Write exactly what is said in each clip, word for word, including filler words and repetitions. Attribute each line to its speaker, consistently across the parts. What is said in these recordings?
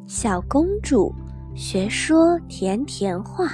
Speaker 1: 小公主学说甜甜话。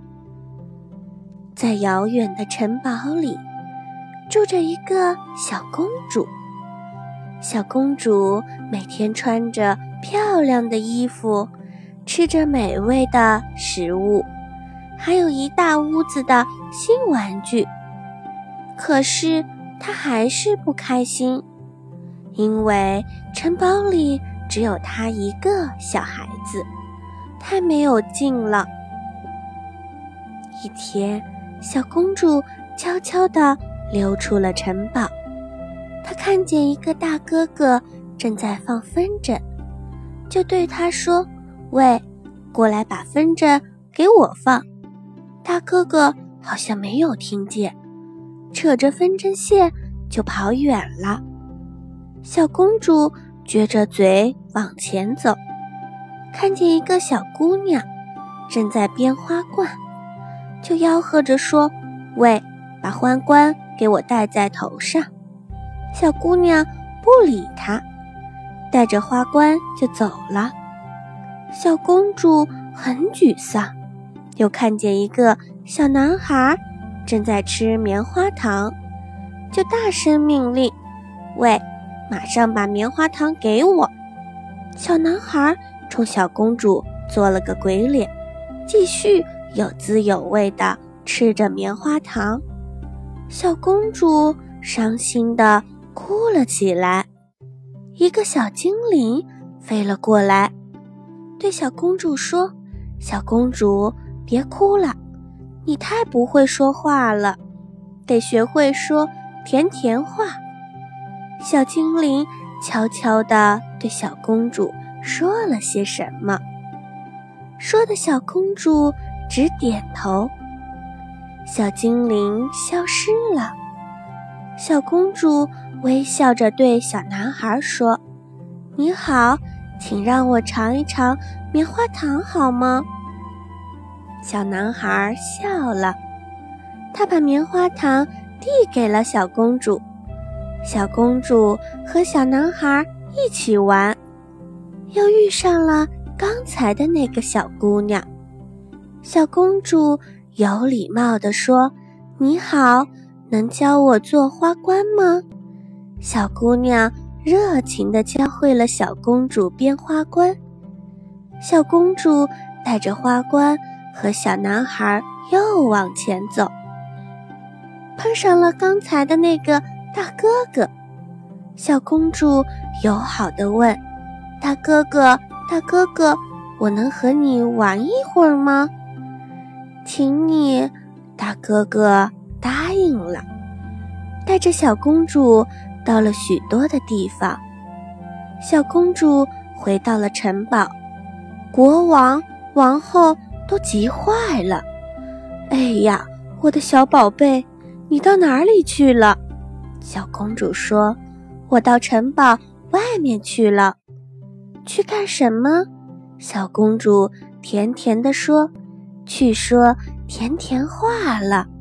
Speaker 1: 在遥远的城堡里，住着一个小公主。小公主每天穿着漂亮的衣服，吃着美味的食物，还有一大屋子的新玩具。可是她还是不开心，因为城堡里只有她一个小孩子，太没有劲了。一天，小公主悄悄地溜出了城堡，她看见一个大哥哥正在放风筝，就对他说：“喂，过来把风筝给我放。”大哥哥好像没有听见，扯着风筝线就跑远了。小公主撅着嘴往前走，看见一个小姑娘正在编花冠，就吆喝着说：“喂，把花冠给我戴在头上。”小姑娘不理她，带着花冠就走了。小公主很沮丧，又看见一个小男孩正在吃棉花糖，就大声命令：“喂，马上把棉花糖给我！”小男孩冲小公主做了个鬼脸，继续有滋有味地吃着棉花糖。小公主伤心地哭了起来。一个小精灵飞了过来，对小公主说：“小公主，别哭了，你太不会说话了，得学会说甜甜话。”小精灵悄悄地对小公主说了些什么，说的小公主只点头。小精灵消失了，小公主微笑着对小男孩说：“你好，请让我尝一尝棉花糖好吗？”小男孩笑了，他把棉花糖递给了小公主。小公主和小男孩一起玩，又遇上了刚才的那个小姑娘。小公主有礼貌地说：“你好，能教我做花冠吗？”小姑娘热情地教会了小公主编花冠。小公主带着花冠和小男孩又往前走，碰上了刚才的那个大哥哥。小公主友好地问：“大哥哥，大哥哥，我能和你玩一会儿吗？”“请你。”大哥哥答应了，带着小公主到了许多的地方。小公主回到了城堡，国王、王后都急坏了。“哎呀，我的小宝贝，你到哪里去了？”小公主说：“我到城堡外面去了。”“去干什么？”小公主甜甜地说：“去说甜甜话了。”